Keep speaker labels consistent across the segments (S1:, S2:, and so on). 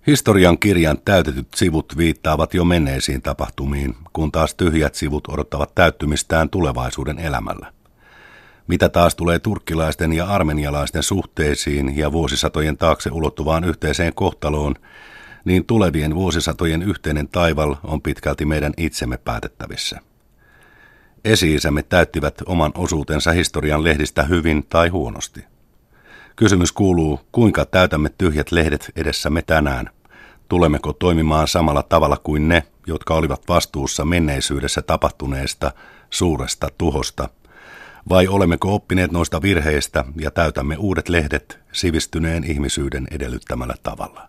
S1: Historian kirjan täytetyt sivut viittaavat jo menneisiin tapahtumiin, kun taas tyhjät sivut odottavat täyttymistään tulevaisuuden elämällä. Mitä taas tulee turkkilaisten ja armenialaisten suhteisiin ja vuosisatojen taakse ulottuvaan yhteiseen kohtaloon, niin tulevien vuosisatojen yhteinen taival on pitkälti meidän itsemme päätettävissä. Esi-isämme täyttivät oman osuutensa historian lehdistä hyvin tai huonosti. Kysymys kuuluu, kuinka täytämme tyhjät lehdet edessämme tänään? Tulemmeko toimimaan samalla tavalla kuin ne, jotka olivat vastuussa menneisyydessä tapahtuneesta suuresta tuhosta? Vai olemmeko oppineet noista virheistä ja täytämme uudet lehdet sivistyneen ihmisyyden edellyttämällä tavalla?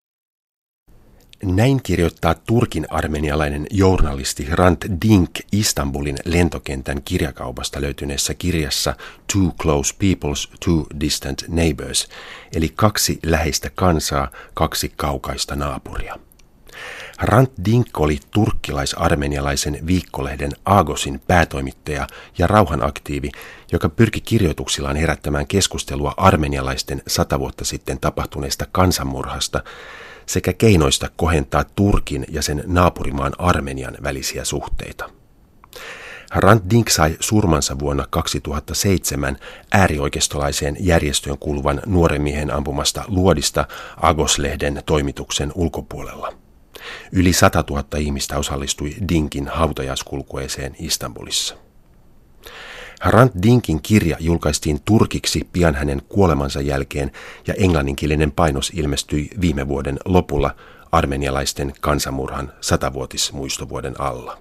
S2: Näin kirjoittaa Turkin armenialainen journalisti Hrant Dink Istanbulin lentokentän kirjakaupasta löytyneessä kirjassa Two Close Peoples, Two Distant Neighbors, eli kaksi läheistä kansaa, kaksi kaukaista naapuria. Hrant Dink oli turkkilais-armenialaisen viikkolehden Agosin päätoimittaja ja rauhanaktiivi, joka pyrki kirjoituksillaan herättämään keskustelua armenialaisten 100 vuotta sitten tapahtuneesta kansanmurhasta sekä keinoista kohentaa Turkin ja sen naapurimaan Armenian välisiä suhteita. Hrant Dink sai surmansa vuonna 2007 äärioikeistolaiseen järjestöön kuuluvan nuoren miehen ampumasta luodista Agos-lehden toimituksen ulkopuolella. Yli 100 000 ihmistä osallistui Dinkin hautajaiskulkueeseen Istanbulissa. Hrant Dinkin kirja julkaistiin turkiksi pian hänen kuolemansa jälkeen ja englanninkielinen painos ilmestyi viime vuoden lopulla armenialaisten kansanmurhan 100-vuotismuistovuoden alla.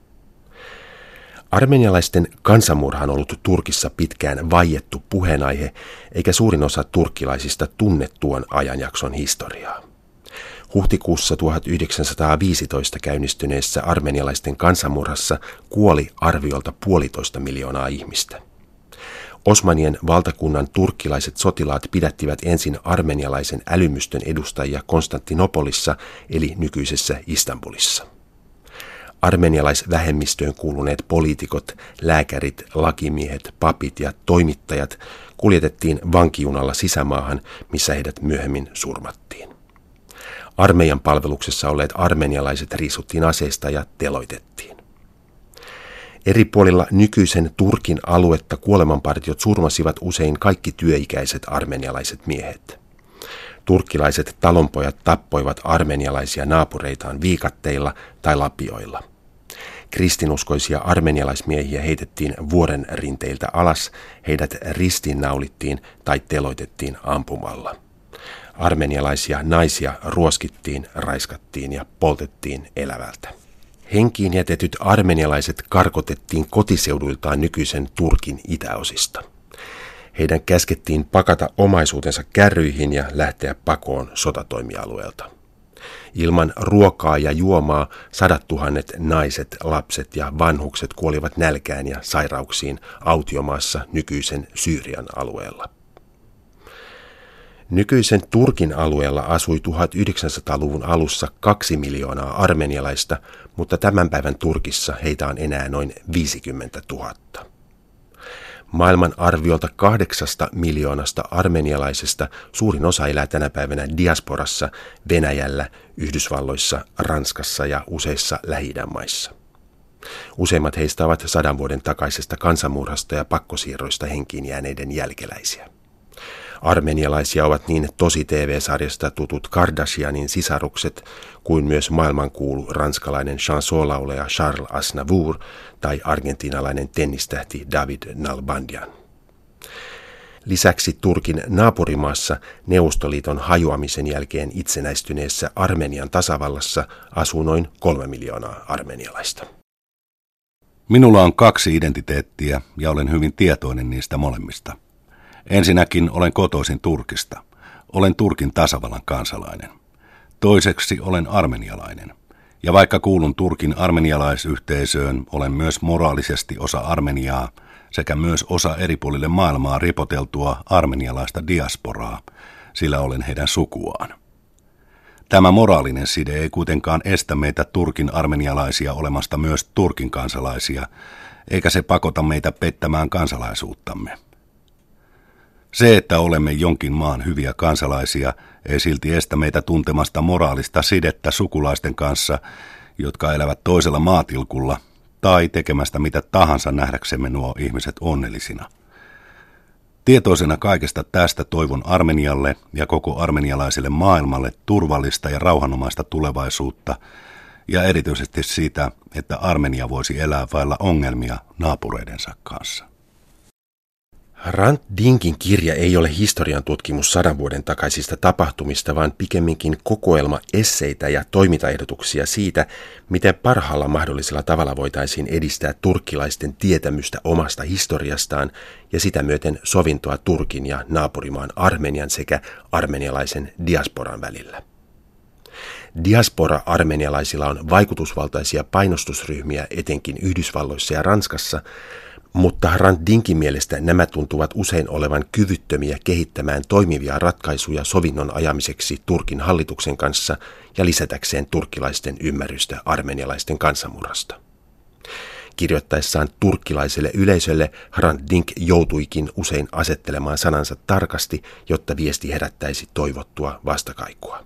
S2: Armenialaisten kansanmurha on ollut Turkissa pitkään vaiettu puheenaihe, eikä suurin osa turkkilaisista tunne tuon ajanjakson historiaa. Huhtikuussa 1915 käynnistyneessä armenialaisten kansanmurhassa kuoli arviolta 1,5 miljoonaa ihmistä. Osmanien valtakunnan turkkilaiset sotilaat pidättivät ensin armenialaisen älymystön edustajia Konstantinopolissa eli nykyisessä Istanbulissa. Armenialaisvähemmistöön kuuluneet poliitikot, lääkärit, lakimiehet, papit ja toimittajat kuljetettiin vankijunalla sisämaahan, missä heidät myöhemmin surmattiin. Armeijan palveluksessa olleet armenialaiset riisuttiin aseista ja teloitettiin. Eri puolilla nykyisen Turkin aluetta kuolemanpartiot surmasivat usein kaikki työikäiset armenialaiset miehet. Turkkilaiset talonpojat tappoivat armenialaisia naapureitaan viikatteilla tai lapioilla. Kristinuskoisia armenialaismiehiä heitettiin vuoren rinteiltä alas, heidät ristiinnaulittiin tai teloitettiin ampumalla. Armenialaisia naisia ruoskittiin, raiskattiin ja poltettiin elävältä. Henkiin jätetyt armenialaiset karkotettiin kotiseuduiltaan nykyisen Turkin itäosista. Heidän käskettiin pakata omaisuutensa kärryihin ja lähteä pakoon sotatoimialueelta. Ilman ruokaa ja juomaa 100 000 naiset, lapset ja vanhukset kuolivat nälkään ja sairauksiin autiomaassa nykyisen Syyrian alueella. Nykyisen Turkin alueella asui 1900-luvun alussa 2 miljoonaa armenialaista, mutta tämän päivän Turkissa heitä on enää noin 50 000. Maailman arviolta 8 miljoonasta armenialaisesta suurin osa elää tänä päivänä diasporassa Venäjällä, Yhdysvalloissa, Ranskassa ja useissa Lähi-idän maissa. Useimmat heistä ovat 100 vuoden takaisesta kansanmurhasta ja pakkosiirroista henkiin jääneiden jälkeläisiä. Armenialaisia ovat niin Tosi-TV-sarjasta tutut Kardashianin sisarukset kuin myös maailmankuulu ranskalainen chansonlaulaja Charles Aznavour tai argentinalainen tennistähti David Nalbandian. Lisäksi Turkin naapurimaassa Neuvostoliiton hajoamisen jälkeen itsenäistyneessä Armenian tasavallassa asuu noin 3 miljoonaa armenialaista.
S1: Minulla on 2 identiteettiä ja olen hyvin tietoinen niistä molemmista. Ensinnäkin olen kotoisin Turkista. Olen Turkin tasavallan kansalainen. Toiseksi olen armenialainen. Ja vaikka kuulun Turkin armenialaisyhteisöön, olen myös moraalisesti osa Armeniaa sekä myös osa eri puolille maailmaa ripoteltua armenialaista diasporaa, sillä olen heidän sukuaan. Tämä moraalinen side ei kuitenkaan estä meitä Turkin armenialaisia olemasta myös Turkin kansalaisia, eikä se pakota meitä pettämään kansalaisuuttamme. Se, että olemme jonkin maan hyviä kansalaisia, ei silti estä meitä tuntemasta moraalista sidettä sukulaisten kanssa, jotka elävät toisella maatilkulla, tai tekemästä mitä tahansa nähdäksemme nuo ihmiset onnellisina. Tietoisena kaikesta tästä toivon Armenialle ja koko armenialaiselle maailmalle turvallista ja rauhanomaista tulevaisuutta, ja erityisesti sitä, että Armenia voisi elää vailla ongelmia naapureidensa kanssa.
S2: Hrant Dinkin kirja ei ole historian tutkimus 100 vuoden takaisista tapahtumista, vaan pikemminkin kokoelma esseitä ja toimintaehdotuksia siitä, miten parhaalla mahdollisella tavalla voitaisiin edistää turkkilaisten tietämystä omasta historiastaan ja sitä myöten sovintoa Turkin ja naapurimaan Armenian sekä armenialaisen diasporan välillä. Diaspora-armenialaisilla on vaikutusvaltaisia painostusryhmiä etenkin Yhdysvalloissa ja Ranskassa, mutta Hrant Dinkin mielestä nämä tuntuvat usein olevan kyvyttömiä kehittämään toimivia ratkaisuja sovinnon ajamiseksi Turkin hallituksen kanssa ja lisätäkseen turkkilaisten ymmärrystä armenialaisten kansanmurhasta. Kirjoittaessaan turkkilaiselle yleisölle Hrant Dink joutuikin usein asettelemaan sanansa tarkasti, jotta viesti herättäisi toivottua vastakaikua.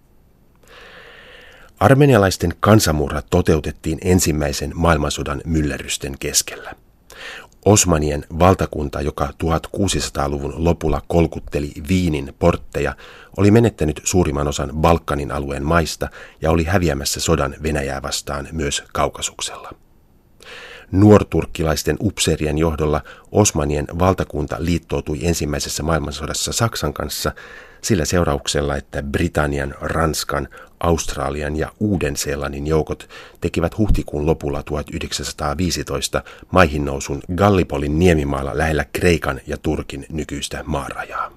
S2: Armenialaisten kansanmurha toteutettiin ensimmäisen maailmansodan myllerrysten keskellä. Osmanien valtakunta, joka 1600-luvun lopulla kolkutteli Viinin portteja, oli menettänyt suurimman osan Balkanin alueen maista ja oli häviämässä sodan Venäjää vastaan myös Kaukasuksella. Nuorturkkilaisten upseerien johdolla Osmanien valtakunta liittoutui ensimmäisessä maailmansodassa Saksan kanssa sillä seurauksella, että Britannian, Ranskan, Australian ja Uuden-Seelannin joukot tekivät huhtikuun lopulla 1915 maihinnousun Gallipolin niemimaalla lähellä Kreikan ja Turkin nykyistä maarajaa.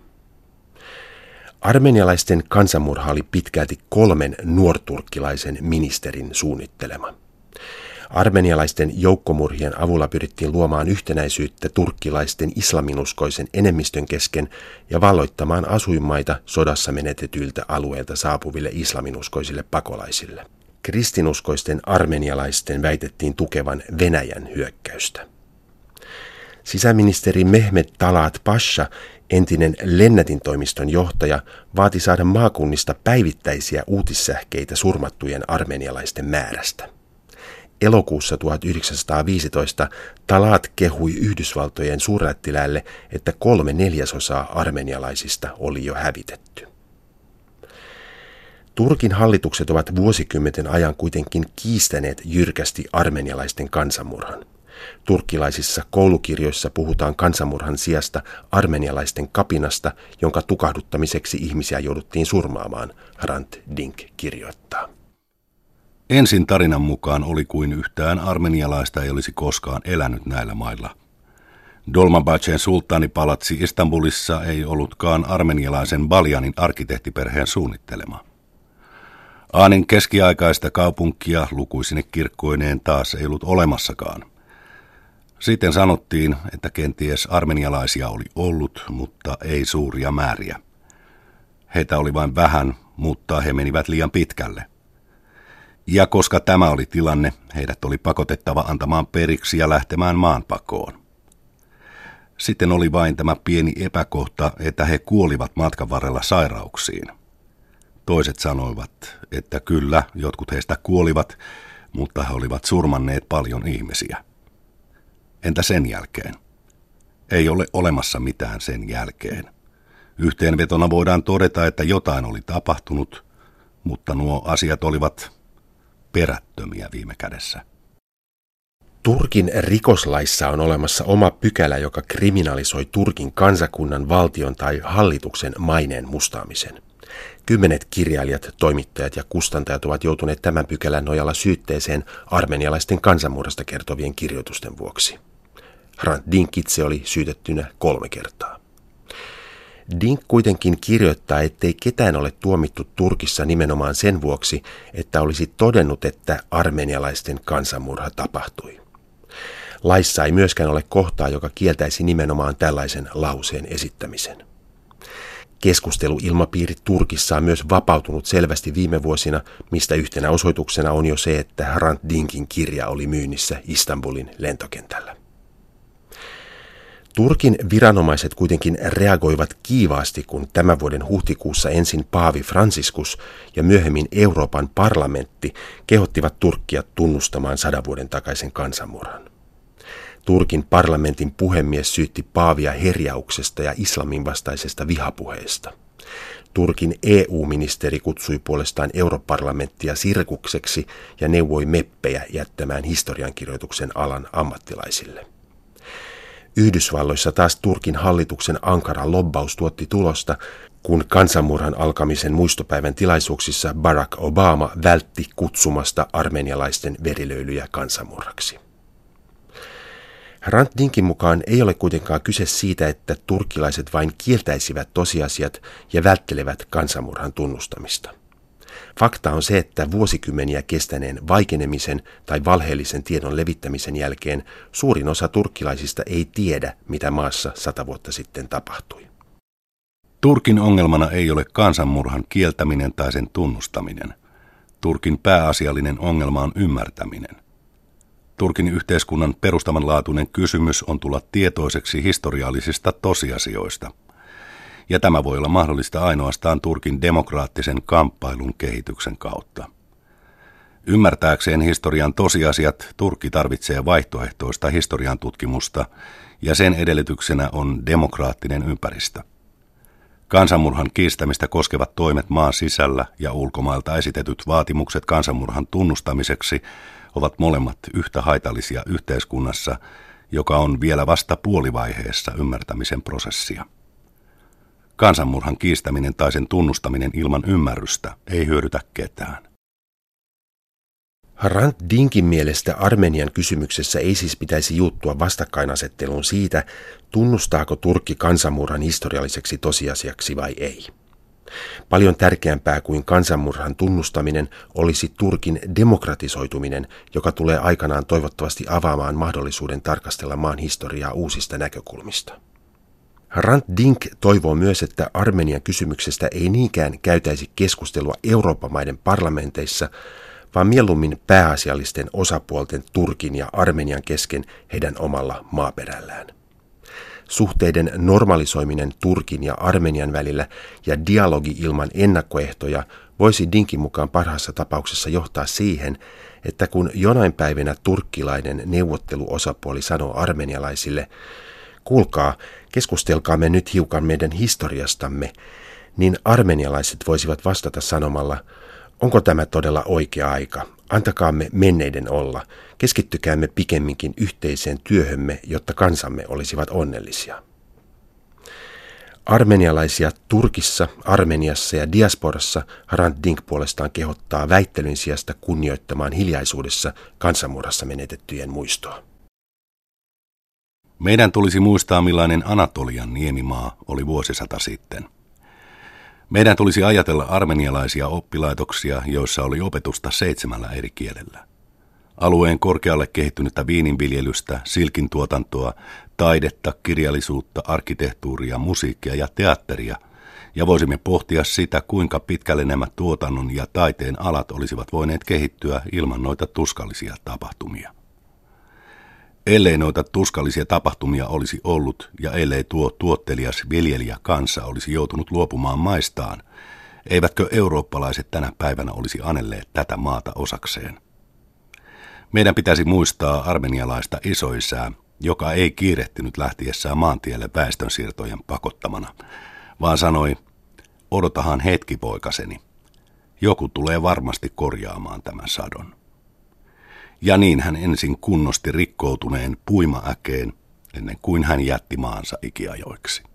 S2: Armenialaisten kansanmurha oli pitkälti 3 nuorturkkilaisen ministerin suunnittelema. Armenialaisten joukkomurhien avulla pyrittiin luomaan yhtenäisyyttä turkkilaisten islaminuskoisen enemmistön kesken ja valloittamaan asuinmaita sodassa menetetyiltä alueilta saapuville islaminuskoisille pakolaisille. Kristinuskoisten armenialaisten väitettiin tukevan Venäjän hyökkäystä. Sisäministeri Mehmet Talat Pasha, entinen lennätintoimiston johtaja, vaati saada maakunnista päivittäisiä uutissähkeitä surmattujen armenialaisten määrästä. Elokuussa 1915 Talat kehui Yhdysvaltojen suurlähettiläälle, että 3/4 armenialaisista oli jo hävitetty. Turkin hallitukset ovat vuosikymmenten ajan kuitenkin kiistäneet jyrkästi armenialaisten kansanmurhan. Turkkilaisissa koulukirjoissa puhutaan kansanmurhan sijasta armenialaisten kapinasta, jonka tukahduttamiseksi ihmisiä jouduttiin surmaamaan, Hrant Dink kirjoittaa.
S1: Ensin tarinan mukaan oli kuin yhtään armenialaista ei olisi koskaan elänyt näillä mailla. Dolmabahcen sulttaanipalatsi Istanbulissa ei ollutkaan armenialaisen Baljanin arkkitehtiperheen suunnittelema. Aanin keskiaikaista kaupunkia lukuisine kirkkoineen taas ei ollut olemassakaan. Sitten sanottiin, että kenties armenialaisia oli ollut, mutta ei suuria määriä. Heitä oli vain vähän, mutta he menivät liian pitkälle. Ja koska tämä oli tilanne, heidät oli pakotettava antamaan periksi ja lähtemään maanpakoon. Sitten oli vain tämä pieni epäkohta, että he kuolivat matkan varrella sairauksiin. Toiset sanoivat, että kyllä, jotkut heistä kuolivat, mutta he olivat surmanneet paljon ihmisiä. Entä sen jälkeen? Ei ole olemassa mitään sen jälkeen. Yhteenvetona voidaan todeta, että jotain oli tapahtunut, mutta nuo asiat olivat perättömiä viime kädessä.
S2: Turkin rikoslaissa on olemassa oma pykälä, joka kriminalisoi Turkin kansakunnan, valtion tai hallituksen maineen mustaamisen. 10 kirjailijat, toimittajat ja kustantajat ovat joutuneet tämän pykälän nojalla syytteeseen armenialaisten kansanmurhasta kertovien kirjoitusten vuoksi. Hrant Dink itse oli syytettynä 3 kertaa. Dink kuitenkin kirjoittaa, ettei ketään ole tuomittu Turkissa nimenomaan sen vuoksi, että olisi todennut, että armenialaisten kansanmurha tapahtui. Laissa ei myöskään ole kohtaa, joka kieltäisi nimenomaan tällaisen lauseen esittämisen. Keskusteluilmapiiri Turkissa on myös vapautunut selvästi viime vuosina, mistä yhtenä osoituksena on jo se, että Hrant Dinkin kirja oli myynnissä Istanbulin lentokentällä. Turkin viranomaiset kuitenkin reagoivat kiivaasti, kun tämän vuoden huhtikuussa ensin paavi Franciscus ja myöhemmin Euroopan parlamentti kehottivat Turkkia tunnustamaan 100 vuoden takaisen kansanmurhan. Turkin parlamentin puhemies syytti paavia herjauksesta ja islamin vastaisesta vihapuheesta. Turkin EU-ministeri kutsui puolestaan europarlamenttia sirkukseksi ja neuvoi meppejä jättämään historiankirjoituksen alan ammattilaisille. Yhdysvalloissa taas Turkin hallituksen ankara lobbaus tuotti tulosta, kun kansanmurhan alkamisen muistopäivän tilaisuuksissa Barack Obama vältti kutsumasta armenialaisten verilöylyjä kansanmurhaksi. Hrant Dinkin mukaan ei ole kuitenkaan kyse siitä, että turkkilaiset vain kieltäisivät tosiasiat ja välttelevät kansanmurhan tunnustamista. Fakta on se, että vuosikymmeniä kestäneen vaikenemisen tai valheellisen tiedon levittämisen jälkeen suurin osa turkkilaisista ei tiedä, mitä maassa 100 vuotta sitten tapahtui.
S1: Turkin ongelmana ei ole kansanmurhan kieltäminen tai sen tunnustaminen. Turkin pääasiallinen ongelma on ymmärtäminen. Turkin yhteiskunnan perustavanlaatuinen kysymys on tulla tietoiseksi historiallisista tosiasioista. Ja tämä voi olla mahdollista ainoastaan Turkin demokraattisen kamppailun kehityksen kautta. Ymmärtääkseen historian tosiasiat, Turkki tarvitsee vaihtoehtoista historian tutkimusta, ja sen edellytyksenä on demokraattinen ympäristö. Kansanmurhan kiistämistä koskevat toimet maan sisällä ja ulkomailta esitetyt vaatimukset kansanmurhan tunnustamiseksi ovat molemmat yhtä haitallisia yhteiskunnassa, joka on vielä vasta puolivaiheessa ymmärtämisen prosessia. Kansanmurhan kiistäminen tai sen tunnustaminen ilman ymmärrystä ei hyödytä ketään.
S2: Hrant Dinkin mielestä Armenian kysymyksessä ei siis pitäisi juuttua vastakkainasetteluun siitä, tunnustaako Turkki kansanmurhan historialliseksi tosiasiaksi vai ei. Paljon tärkeämpää kuin kansanmurhan tunnustaminen olisi Turkin demokratisoituminen, joka tulee aikanaan toivottavasti avaamaan mahdollisuuden tarkastella maan historiaa uusista näkökulmista. Hrant Dink toivoo myös, että Armenian kysymyksestä ei niinkään käytäisi keskustelua Euroopan maiden parlamenteissa, vaan mieluummin pääasiallisten osapuolten Turkin ja Armenian kesken heidän omalla maaperällään. Suhteiden normalisoiminen Turkin ja Armenian välillä ja dialogi ilman ennakkoehtoja voisi Dinkin mukaan parhaassa tapauksessa johtaa siihen, että kun jonain päivänä turkkilainen neuvotteluosapuoli sanoo armenialaisille, kuulkaa, keskustelkaamme nyt hiukan meidän historiastamme, niin armenialaiset voisivat vastata sanomalla, onko tämä todella oikea aika? Antakaamme menneiden olla, keskittykäämme pikemminkin yhteiseen työhömme, jotta kansamme olisivat onnellisia. Armenialaisia Turkissa, Armeniassa ja diasporassa Hrant Dink puolestaan kehottaa väittelyn sijasta kunnioittamaan hiljaisuudessa kansanmurhassa menetettyjen muistoa.
S1: Meidän tulisi muistaa, millainen Anatolian niemimaa oli vuosisata sitten. Meidän tulisi ajatella armenialaisia oppilaitoksia, joissa oli opetusta 7 eri kielellä. Alueen korkealle kehittynyttä viininviljelystä, silkintuotantoa, taidetta, kirjallisuutta, arkkitehtuuria, musiikkia ja teatteria, ja voisimme pohtia sitä, kuinka pitkälle nämä tuotannon ja taiteen alat olisivat voineet kehittyä ilman noita tuskallisia tapahtumia. Ellei noita tuskallisia tapahtumia olisi ollut ja ellei tuo tuottelias viljelijä kansa olisi joutunut luopumaan maistaan, eivätkö eurooppalaiset tänä päivänä olisi anelleet tätä maata osakseen? Meidän pitäisi muistaa armenialaista isoisää, joka ei kiirehtinyt lähtiessään maantielle väestönsiirtojen pakottamana, vaan sanoi, odotahan hetki poikaseni, joku tulee varmasti korjaamaan tämän sadon. Ja niin hän ensin kunnosti rikkoutuneen puimaäkeen, ennen kuin hän jätti maansa ikiajoiksi.